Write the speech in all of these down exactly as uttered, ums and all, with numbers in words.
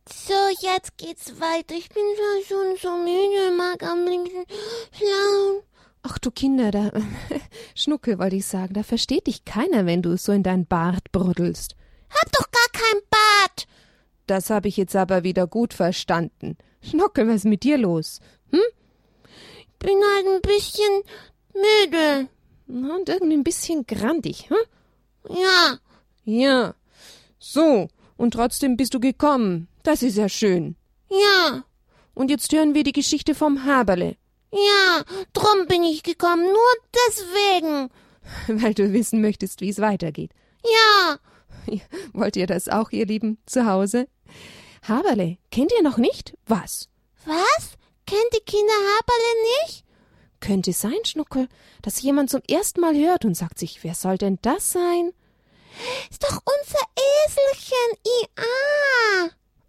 So, jetzt geht's weiter. Ich bin schon so müde, mag am liebsten schlafen. Ach du Kinder, da Schnuckel wollte ich sagen, da versteht dich keiner, wenn du so in dein Bart bruddelst. Hab doch gar kein Bart. Das habe ich jetzt aber wieder gut verstanden. Schnuckel, was ist mit dir los? Hm? Ich bin halt ein bisschen müde. Und irgendwie ein bisschen grantig, hm? Ja. Ja. So, und trotzdem bist du gekommen. Das ist ja schön. Ja. Und jetzt hören wir die Geschichte vom Haberle. Ja, drum bin ich gekommen, nur deswegen. Weil du wissen möchtest, wie es weitergeht. Ja. Wollt ihr das auch, ihr Lieben, zu Hause? Haberle, kennt ihr noch nicht? Was? Was? Kennt die Kinder Haberle nicht? Könnte sein, Schnuckel, dass jemand zum ersten Mal hört und sagt sich, wer soll denn das sein? Ist doch unser Eselchen I A.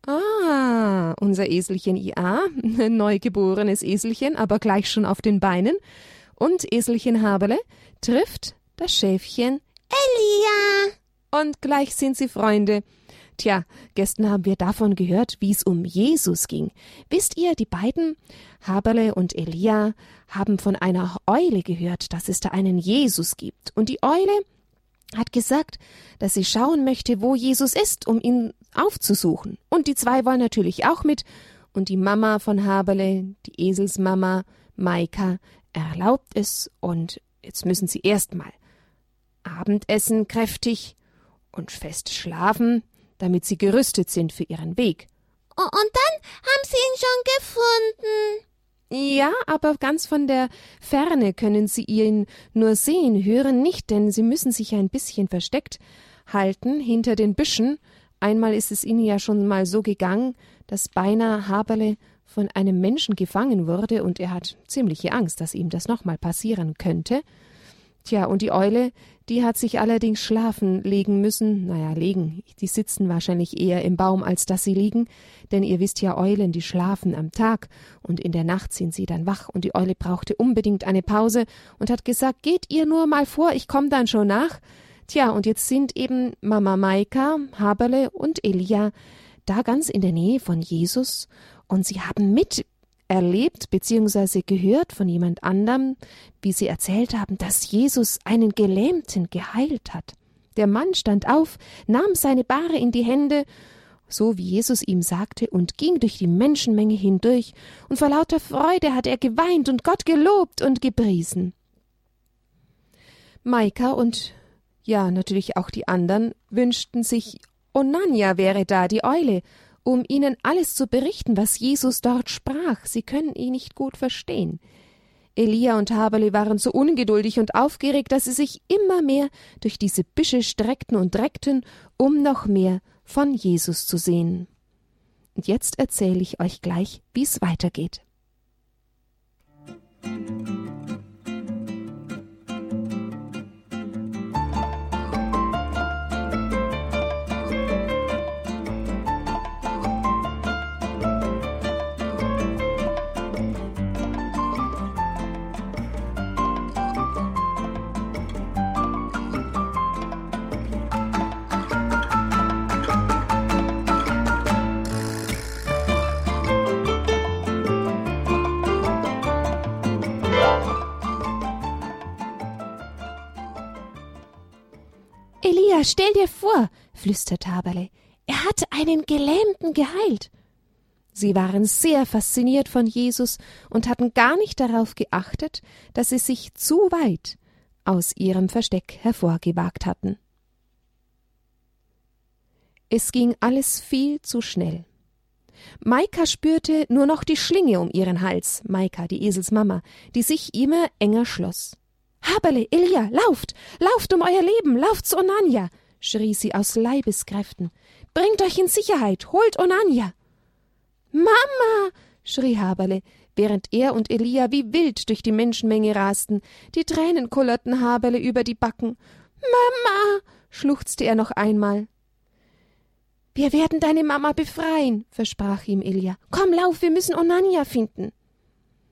Ah, unser Eselchen I A, ein neugeborenes Eselchen, aber gleich schon auf den Beinen. Und Eselchen Haberle trifft das Schäfchen Elia. Und gleich sind sie Freunde. Tja, gestern haben wir davon gehört, wie es um Jesus ging. Wisst ihr, die beiden, Haberle und Elia, haben von einer Eule gehört, dass es da einen Jesus gibt. Und die Eule hat gesagt, dass sie schauen möchte, wo Jesus ist, um ihn aufzusuchen. Und die zwei wollen natürlich auch mit. Und die Mama von Haberle, die Eselsmama Maika, erlaubt es. Und jetzt müssen sie erstmal Abendessen kräftig und fest schlafen, damit sie gerüstet sind für ihren Weg. Oh, und dann haben sie ihn schon gefunden. Ja, aber ganz von der Ferne können sie ihn nur sehen, hören nicht, denn sie müssen sich ein bisschen versteckt halten hinter den Büschen. Einmal ist es ihnen ja schon mal so gegangen, dass beinahe Haberle von einem Menschen gefangen wurde und er hat ziemliche Angst, dass ihm das nochmal passieren könnte. Tja, und die Eule, die hat sich allerdings schlafen legen müssen. Naja, legen, die sitzen wahrscheinlich eher im Baum, als dass sie liegen. Denn ihr wisst ja, Eulen, die schlafen am Tag und in der Nacht sind sie dann wach. Und die Eule brauchte unbedingt eine Pause und hat gesagt, geht ihr nur mal vor, ich komme dann schon nach. Tja, und jetzt sind eben Mama Maika, Haberle und Elia da ganz in der Nähe von Jesus und sie haben mit erlebt bzw. gehört von jemand anderem, wie sie erzählt haben, dass Jesus einen Gelähmten geheilt hat. Der Mann stand auf, nahm seine Bahre in die Hände, so wie Jesus ihm sagte, und ging durch die Menschenmenge hindurch, und vor lauter Freude hat er geweint und Gott gelobt und gepriesen. Maika und, ja, natürlich auch die anderen wünschten sich, Onanja wäre da, die Eule, um ihnen alles zu berichten, was Jesus dort sprach. Sie können ihn nicht gut verstehen. Elia und Haberle waren so ungeduldig und aufgeregt, dass sie sich immer mehr durch diese Büsche streckten und reckten, um noch mehr von Jesus zu sehen. Und jetzt erzähle ich euch gleich, wie es weitergeht. Elia, stell dir vor, flüsterte Haberle, er hat einen Gelähmten geheilt. Sie waren sehr fasziniert von Jesus und hatten gar nicht darauf geachtet, dass sie sich zu weit aus ihrem Versteck hervorgewagt hatten. Es ging alles viel zu schnell. Maika spürte nur noch die Schlinge um ihren Hals, Maika, die Eselsmama, die sich immer enger schloss. »Haberle, Elia, lauft, lauft um euer Leben, lauft zu Onanja«, schrie sie aus Leibeskräften. »Bringt euch in Sicherheit, holt Onanja!« »Mama«, schrie Haberle, während er und Elia wie wild durch die Menschenmenge rasten. Die Tränen kullerten Haberle über die Backen. »Mama«, schluchzte er noch einmal. »Wir werden deine Mama befreien«, versprach ihm Elia. »Komm, lauf, wir müssen Onanja finden.«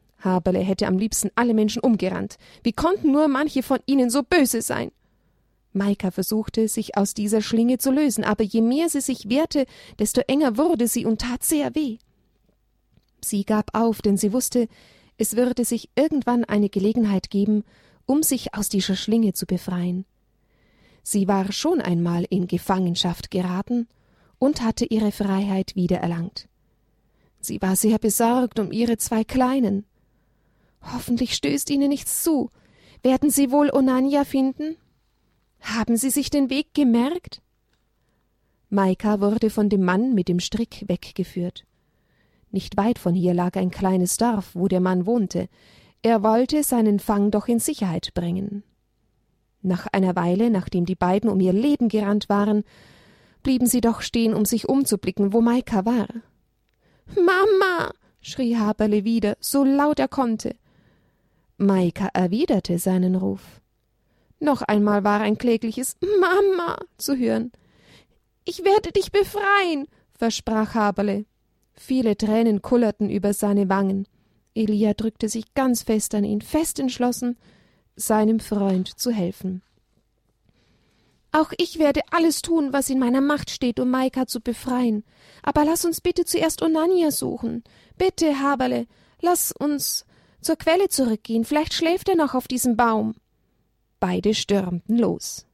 Haberle hätte am liebsten alle Menschen umgerannt. Wie konnten nur manche von ihnen so böse sein? Maika versuchte, sich aus dieser Schlinge zu lösen, aber je mehr sie sich wehrte, desto enger wurde sie und tat sehr weh. Sie gab auf, denn sie wusste, es würde sich irgendwann eine Gelegenheit geben, um sich aus dieser Schlinge zu befreien. Sie war schon einmal in Gefangenschaft geraten und hatte ihre Freiheit wiedererlangt. Sie war sehr besorgt um ihre zwei Kleinen. Hoffentlich stößt ihnen nichts zu. Werden sie wohl Onania finden? Haben sie sich den Weg gemerkt? Maika wurde von dem Mann mit dem Strick weggeführt. Nicht weit von hier lag ein kleines Dorf, wo der Mann wohnte. Er wollte seinen Fang doch in Sicherheit bringen. Nach einer Weile, nachdem die beiden um ihr Leben gerannt waren, blieben sie doch stehen, um sich umzublicken, wo Maika war. »Mama!« schrie Haberle wieder, so laut er konnte. Maika erwiderte seinen Ruf. Noch einmal war ein klägliches »Mama« zu hören. »Ich werde dich befreien«, versprach Haberle. Viele Tränen kullerten über seine Wangen. Elia drückte sich ganz fest an ihn, fest entschlossen, seinem Freund zu helfen. »Auch ich werde alles tun, was in meiner Macht steht, um Maika zu befreien. Aber lass uns bitte zuerst Onania suchen. Bitte, Haberle, lass uns zur Quelle zurückgehen. Vielleicht schläft er noch auf diesem Baum.« Beide stürmten los.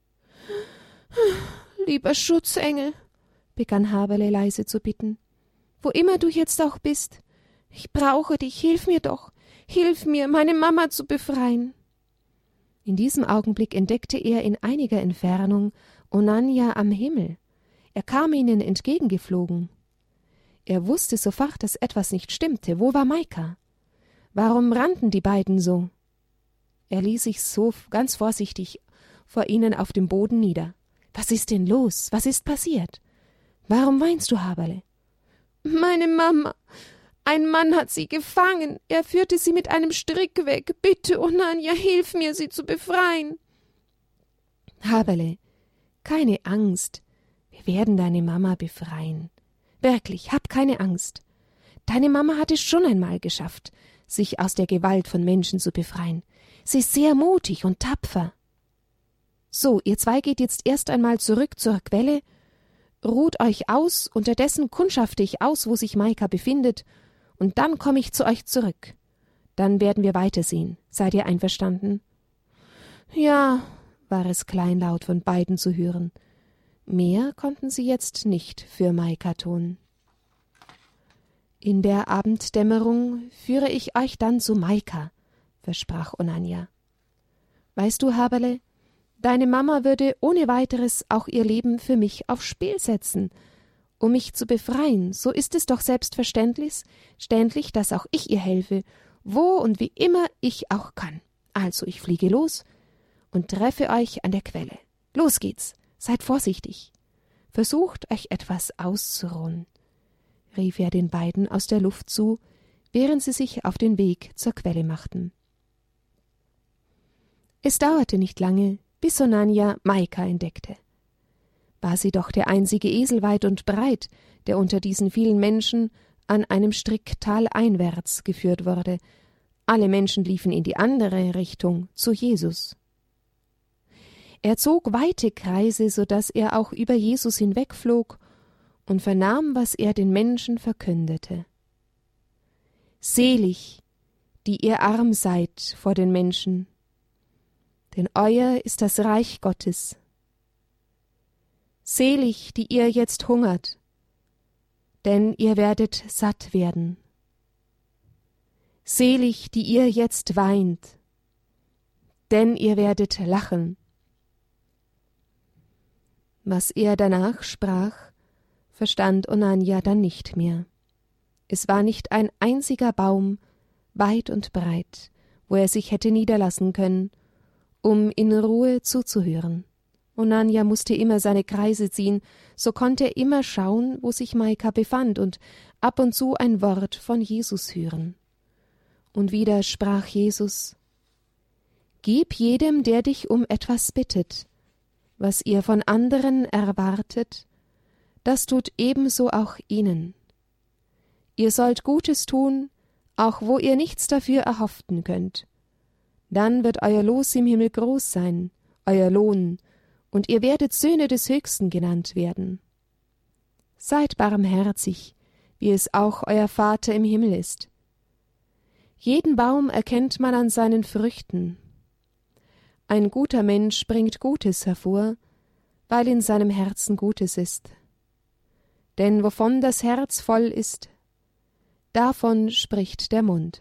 »Lieber Schutzengel«, begann Haberle leise zu bitten, »wo immer du jetzt auch bist, ich brauche dich, hilf mir doch, hilf mir, meine Mama zu befreien.« In diesem Augenblick entdeckte er in einiger Entfernung Onania am Himmel. Er kam ihnen entgegengeflogen. Er wusste sofort, dass etwas nicht stimmte. Wo war Maika? Warum rannten die beiden so? Er ließ sich so ganz vorsichtig vor ihnen auf dem Boden nieder. »Was ist denn los? Was ist passiert? Warum weinst du, Haberle?« »Meine Mama! Ein Mann hat sie gefangen. Er führte sie mit einem Strick weg. Bitte, Onania, hilf mir, sie zu befreien.« »Haberle, keine Angst. Wir werden deine Mama befreien. Wirklich, hab keine Angst. Deine Mama hat es schon einmal geschafft, sich aus der Gewalt von Menschen zu befreien. Sie ist sehr mutig und tapfer. So, ihr zwei geht jetzt erst einmal zurück zur Quelle, ruht euch aus, unterdessen kundschafte ich aus, wo sich Maika befindet, und dann komme ich zu euch zurück. Dann werden wir weitersehen. Seid ihr einverstanden?« »Ja«, war es kleinlaut von beiden zu hören. Mehr konnten sie jetzt nicht für Maika tun. »In der Abenddämmerung führe ich euch dann zu Maika«, versprach Onania. »Weißt du, Haberle, deine Mama würde ohne weiteres auch ihr Leben für mich aufs Spiel setzen, um mich zu befreien. So ist es doch selbstverständlich, ständlich, dass auch ich ihr helfe, wo und wie immer ich auch kann. Also, ich fliege los und treffe euch an der Quelle. Los geht's, seid vorsichtig. Versucht, euch etwas auszuruhen«, rief er den beiden aus der Luft zu, während sie sich auf den Weg zur Quelle machten. Es dauerte nicht lange, bis Onania Maika entdeckte. War sie doch der einzige Esel weit und breit, der unter diesen vielen Menschen an einem Strick taleinwärts geführt wurde. Alle Menschen liefen in die andere Richtung, zu Jesus. Er zog weite Kreise, so daß er auch über Jesus hinwegflog und vernahm, was er den Menschen verkündete. »Selig, die ihr arm seid vor den Menschen, denn euer ist das Reich Gottes. Selig, die ihr jetzt hungert, denn ihr werdet satt werden. Selig, die ihr jetzt weint, denn ihr werdet lachen.« Was er danach sprach, verstand Onania dann nicht mehr. Es war nicht ein einziger Baum, weit und breit, wo er sich hätte niederlassen können, um in Ruhe zuzuhören. Onania musste immer seine Kreise ziehen, so konnte er immer schauen, wo sich Maika befand und ab und zu ein Wort von Jesus hören. Und wieder sprach Jesus: »Gib jedem, der dich um etwas bittet. Was ihr von anderen erwartet, das tut ebenso auch ihnen. Ihr sollt Gutes tun, auch wo ihr nichts dafür erhofften könnt. Dann wird euer Los im Himmel groß sein, euer Lohn, und ihr werdet Söhne des Höchsten genannt werden. Seid barmherzig, wie es auch euer Vater im Himmel ist. Jeden Baum erkennt man an seinen Früchten. Ein guter Mensch bringt Gutes hervor, weil in seinem Herzen Gutes ist. Denn wovon das Herz voll ist, davon spricht der Mund.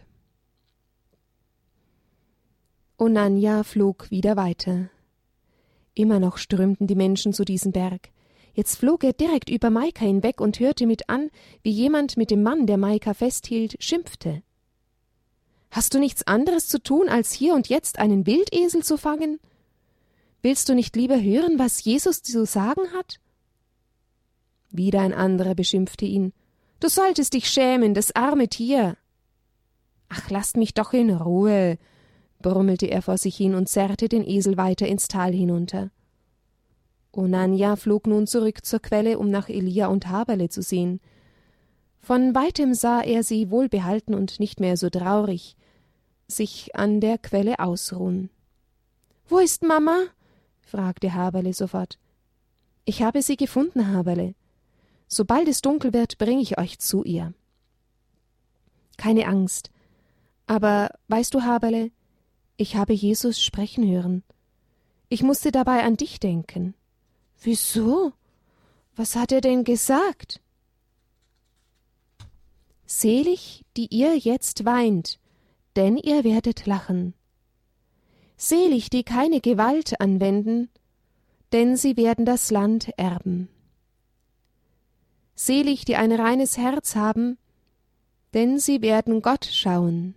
Onania flog wieder weiter. Immer noch strömten die Menschen zu diesem Berg. Jetzt flog er direkt über Maika hinweg und hörte mit an, wie jemand mit dem Mann, der Maika festhielt, schimpfte. »Hast du nichts anderes zu tun, als hier und jetzt einen Wildesel zu fangen? Willst du nicht lieber hören, was Jesus zu sagen hat?« Wieder ein anderer beschimpfte ihn. »Du solltest dich schämen, das arme Tier!« »Ach, lasst mich doch in Ruhe«, brummelte er vor sich hin und zerrte den Esel weiter ins Tal hinunter. Onania flog nun zurück zur Quelle, um nach Elia und Haberle zu sehen. Von weitem sah er sie wohlbehalten und nicht mehr so traurig, sich an der Quelle ausruhen. »Wo ist Mama?« fragte Haberle sofort. »Ich habe sie gefunden, Haberle. Sobald es dunkel wird, bringe ich euch zu ihr.« »Keine Angst. Aber weißt du, Haberle, ich habe Jesus sprechen hören. Ich musste dabei an dich denken.« »Wieso? Was hat er denn gesagt?« »Selig, die ihr jetzt weint, denn ihr werdet lachen. Selig, die keine Gewalt anwenden, denn sie werden das Land erben. Selig, die ein reines Herz haben, denn sie werden Gott schauen.«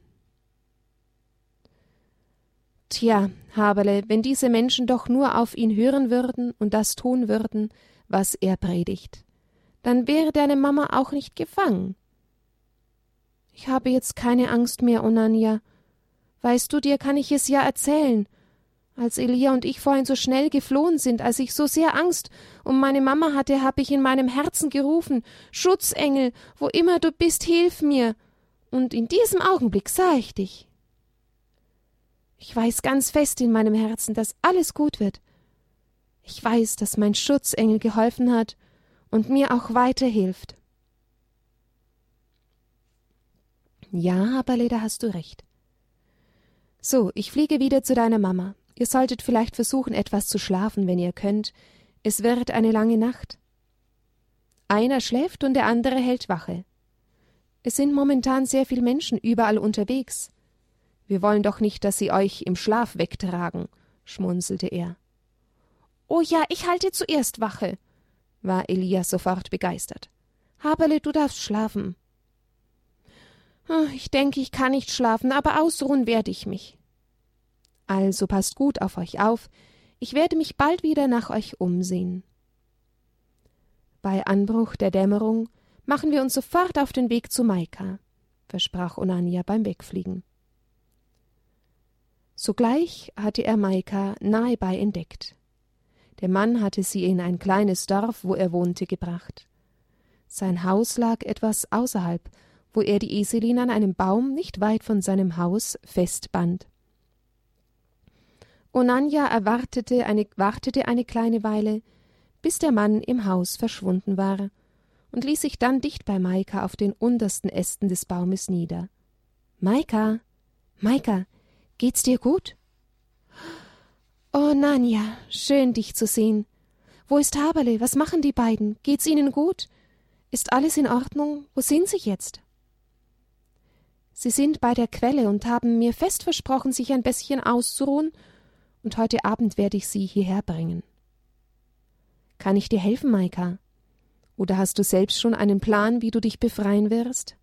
Tja, Haberle, wenn diese Menschen doch nur auf ihn hören würden und das tun würden, was er predigt, dann wäre deine Mama auch nicht gefangen. »Ich habe jetzt keine Angst mehr, Onania. Weißt du, dir kann ich es ja erzählen. Als Elia und ich vorhin so schnell geflohen sind, als ich so sehr Angst um meine Mama hatte, habe ich in meinem Herzen gerufen, »Schutzengel, wo immer du bist, hilf mir!« Und in diesem Augenblick sah ich dich. Ich weiß ganz fest in meinem Herzen, dass alles gut wird. Ich weiß, dass mein Schutzengel geholfen hat und mir auch weiterhilft.« »Ja, Haberle, da hast du recht. So, ich fliege wieder zu deiner Mama. Ihr solltet vielleicht versuchen, etwas zu schlafen, wenn ihr könnt. Es wird eine lange Nacht. Einer schläft und der andere hält Wache. Es sind momentan sehr viele Menschen überall unterwegs. Wir wollen doch nicht, dass sie euch im Schlaf wegtragen«, schmunzelte er. »Oh ja, ich halte zuerst Wache«, war Elia sofort begeistert. »Haberle, du darfst schlafen.« »Ich denke, ich kann nicht schlafen, aber ausruhen werde ich mich.« »Also passt gut auf euch auf, ich werde mich bald wieder nach euch umsehen.« »Bei Anbruch der Dämmerung machen wir uns sofort auf den Weg zu Maika«, versprach Onania beim Wegfliegen. Sogleich hatte er Maika nahebei entdeckt. Der Mann hatte sie in ein kleines Dorf, wo er wohnte, gebracht. Sein Haus lag etwas außerhalb, wo er die Eselin an einem Baum nicht weit von seinem Haus festband. Onania erwartete eine, wartete eine kleine Weile, bis der Mann im Haus verschwunden war, und ließ sich dann dicht bei Maika auf den untersten Ästen des Baumes nieder. »Maika, Maika, geht's dir gut?« »Oh, Nanja, schön, dich zu sehen. Wo ist Haberle? Was machen die beiden? Geht's ihnen gut? Ist alles in Ordnung? Wo sind sie jetzt?« »Sie sind bei der Quelle und haben mir fest versprochen, sich ein bisschen auszuruhen, und heute Abend werde ich sie hierher bringen.« »Kann ich dir helfen, Maika? Oder hast du selbst schon einen Plan, wie du dich befreien wirst?«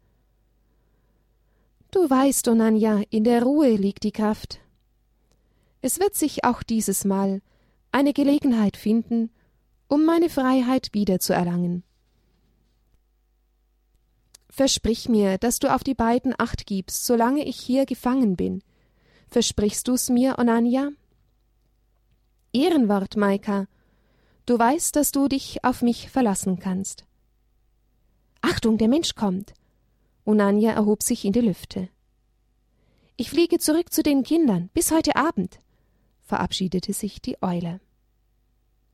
»Du weißt, Onania, in der Ruhe liegt die Kraft. Es wird sich auch dieses Mal eine Gelegenheit finden, um meine Freiheit wiederzuerlangen. Versprich mir, dass du auf die beiden Acht gibst, solange ich hier gefangen bin. Versprichst du's mir, Onania?« »Ehrenwort, Maika. Du weißt, dass du dich auf mich verlassen kannst.« »Achtung, der Mensch kommt!« Onania erhob sich in die Lüfte. »Ich fliege zurück zu den Kindern, bis heute Abend«, verabschiedete sich die Eule.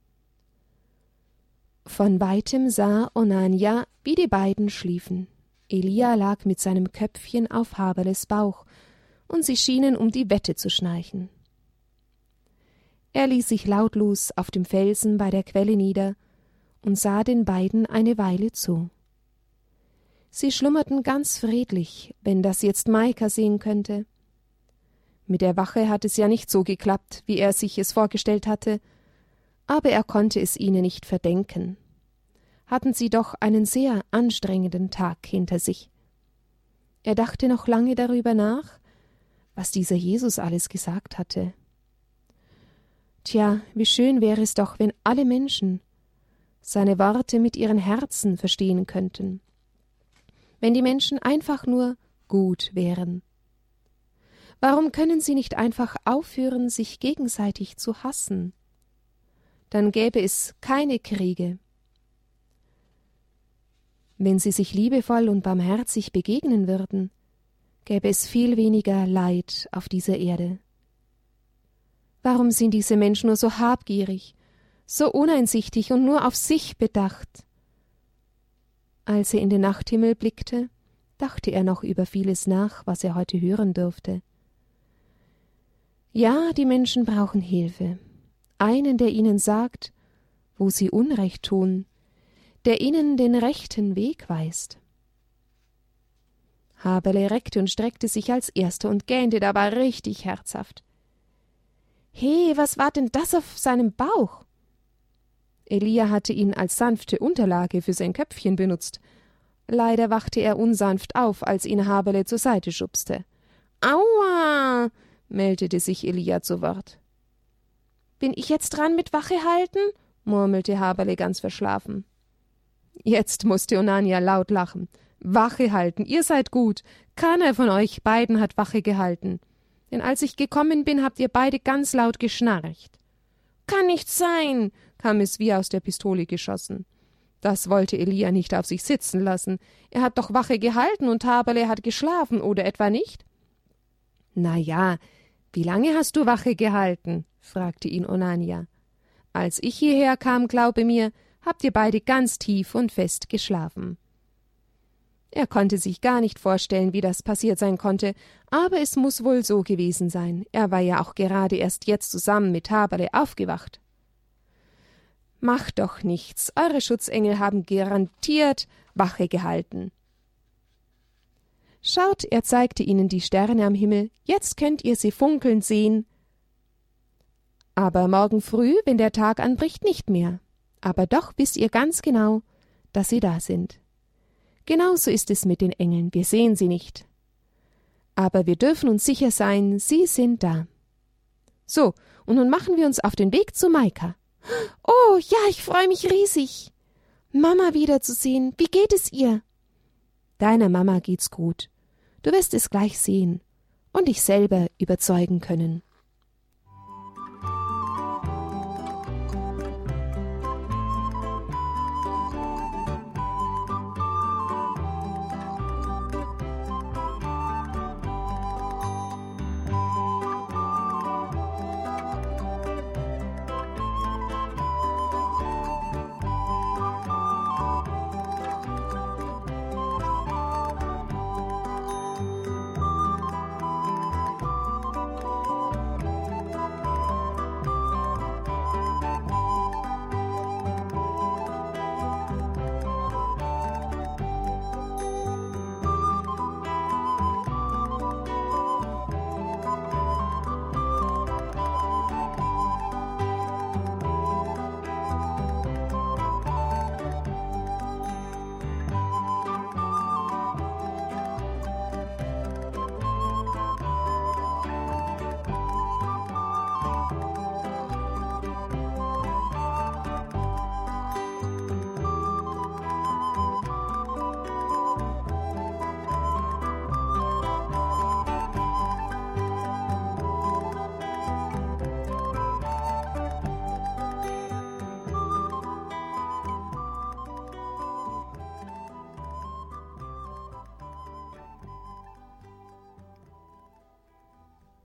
Von weitem sah Onania, wie die beiden schliefen. Elia lag mit seinem Köpfchen auf Haberles Bauch, und sie schienen um die Wette zu schnarchen. Er ließ sich lautlos auf dem Felsen bei der Quelle nieder und sah den beiden eine Weile zu. Sie schlummerten ganz friedlich, wenn das jetzt Maika sehen könnte. Mit der Wache hat es ja nicht so geklappt, wie er sich es vorgestellt hatte, aber er konnte es ihnen nicht verdenken. Hatten sie doch einen sehr anstrengenden Tag hinter sich. Er dachte noch lange darüber nach, was dieser Jesus alles gesagt hatte. Tja, wie schön wäre es doch, wenn alle Menschen seine Worte mit ihren Herzen verstehen könnten. Wenn die Menschen einfach nur gut wären. Warum können sie nicht einfach aufhören, sich gegenseitig zu hassen? Dann gäbe es keine Kriege. Wenn sie sich liebevoll und barmherzig begegnen würden, gäbe es viel weniger Leid auf dieser Erde. Warum sind diese Menschen nur so habgierig, so uneinsichtig und nur auf sich bedacht? Als er in den Nachthimmel blickte, dachte er noch über vieles nach, was er heute hören durfte. Ja, die Menschen brauchen Hilfe, einen, der ihnen sagt, wo sie Unrecht tun, der ihnen den rechten Weg weist. Haberle reckte und streckte sich als Erster und gähnte dabei richtig herzhaft. »He, was war denn das auf seinem Bauch?« Elia hatte ihn als sanfte Unterlage für sein Köpfchen benutzt. Leider wachte er unsanft auf, als ihn Haberle zur Seite schubste. »Aua«, meldete sich Elia zu Wort. »Bin ich jetzt dran mit Wache halten?« murmelte Haberle ganz verschlafen. Jetzt musste Onania laut lachen. »Wache halten, ihr seid gut. Keiner von euch beiden hat Wache gehalten. Denn als ich gekommen bin, habt ihr beide ganz laut geschnarcht.« »Kann nicht sein«, kam es wie aus der Pistole geschossen. Das wollte Elia nicht auf sich sitzen lassen. Er hat doch Wache gehalten und Haberle hat geschlafen, oder etwa nicht? »Na ja, wie lange hast du Wache gehalten?« fragte ihn Onania. »Als ich hierher kam, glaube mir, habt ihr beide ganz tief und fest geschlafen.« Er konnte sich gar nicht vorstellen, wie das passiert sein konnte, aber es muß wohl so gewesen sein. Er war ja auch gerade erst jetzt zusammen mit Haberle aufgewacht. »Macht doch nichts, eure Schutzengel haben garantiert Wache gehalten.« »Schaut«, er zeigte ihnen die Sterne am Himmel, »jetzt könnt ihr sie funkeln sehen. Aber morgen früh, wenn der Tag anbricht, nicht mehr. Aber doch wisst ihr ganz genau, dass sie da sind. Genauso ist es mit den Engeln, wir sehen sie nicht. Aber wir dürfen uns sicher sein, sie sind da. So, und nun machen wir uns auf den Weg zu Maika. Oh, ja, ich freue mich riesig. Mama wiederzusehen, wie geht es ihr? Deiner Mama geht's gut. Du wirst es gleich sehen und dich selber überzeugen können.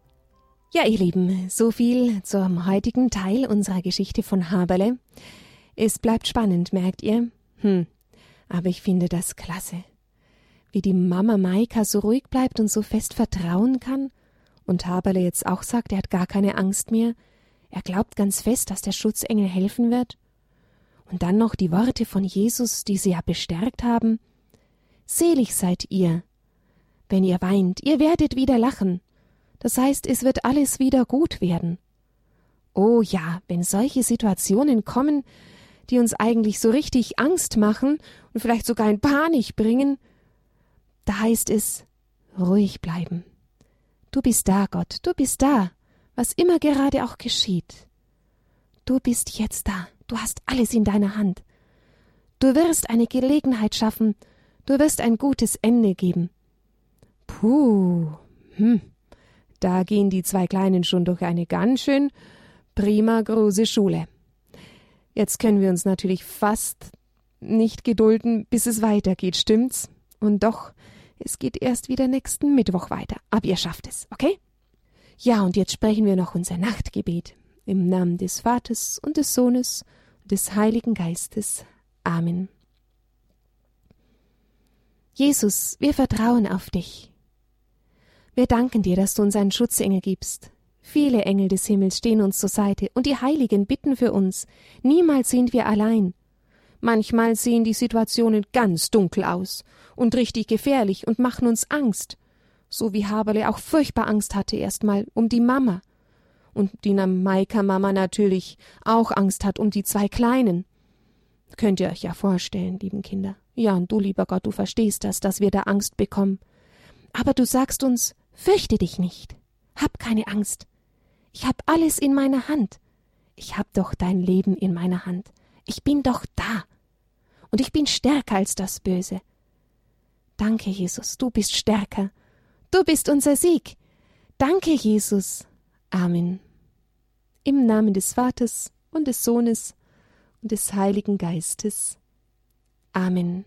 Ja, ihr Lieben, so viel zum heutigen Teil unserer Geschichte von Haberle. Es bleibt spannend, merkt ihr? Hm, aber ich finde das klasse. Wie die Mama Maika so ruhig bleibt und so fest vertrauen kann. Und Haberle jetzt auch sagt, er hat gar keine Angst mehr. Er glaubt ganz fest, dass der Schutzengel helfen wird. Und dann noch die Worte von Jesus, die sie ja bestärkt haben. Selig seid ihr, wenn ihr weint, ihr werdet wieder lachen. Das heißt, es wird alles wieder gut werden. Oh ja, wenn solche Situationen kommen, die uns eigentlich so richtig Angst machen und vielleicht sogar in Panik bringen, da heißt es, ruhig bleiben. Du bist da, Gott, du bist da, was immer gerade auch geschieht. Du bist jetzt da, du hast alles in deiner Hand. Du wirst eine Gelegenheit schaffen, du wirst ein gutes Ende geben. Puh, hm, da gehen die zwei Kleinen schon durch eine ganz schön prima große Schule. Jetzt können wir uns natürlich fast nicht gedulden, bis es weitergeht, stimmt's? Und doch, es geht erst wieder nächsten Mittwoch weiter. Aber ihr schafft es, okay? Ja, und jetzt sprechen wir noch unser Nachtgebet. Im Namen des Vaters und des Sohnes und des Heiligen Geistes. Amen. Jesus, wir vertrauen auf dich. Wir danken dir, dass du uns einen Schutzengel gibst. Viele Engel des Himmels stehen uns zur Seite und die Heiligen bitten für uns. Niemals sind wir allein. Manchmal sehen die Situationen ganz dunkel aus und richtig gefährlich und machen uns Angst. So wie Haberle auch furchtbar Angst hatte erstmal um die Mama. Und die Maika-Mama natürlich auch Angst hat um die zwei Kleinen. Könnt ihr euch ja vorstellen, lieben Kinder. Ja, und du, lieber Gott, du verstehst das, dass wir da Angst bekommen. Aber du sagst uns, fürchte dich nicht. Hab keine Angst. Ich hab alles in meiner Hand. Ich hab doch dein Leben in meiner Hand. Ich bin doch da. Und ich bin stärker als das Böse. Danke, Jesus, du bist stärker. Du bist unser Sieg. Danke, Jesus. Amen. Im Namen des Vaters und des Sohnes und des Heiligen Geistes. Amen.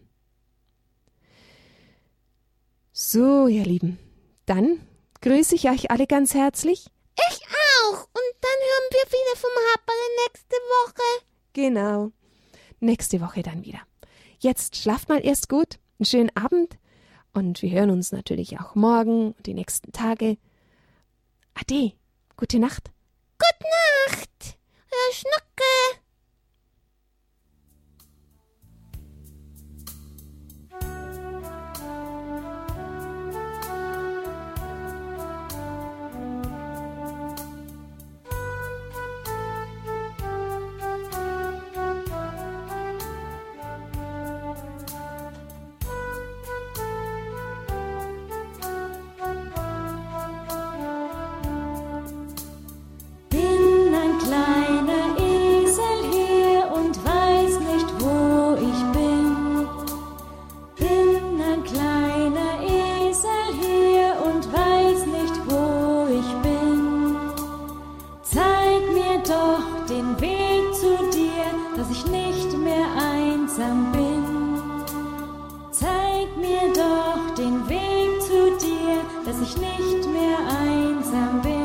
So, ihr Lieben, dann grüße ich euch alle ganz herzlich. Ich auch. Und dann hören wir wieder vom Haberle nächste Woche. Genau. Nächste Woche dann wieder. Jetzt schlaft mal erst gut. Einen schönen Abend. Und wir hören uns natürlich auch morgen und die nächsten Tage. Ade. Gute Nacht. Gute Nacht. Herr Schnocke. Dass ich nicht mehr einsam bin.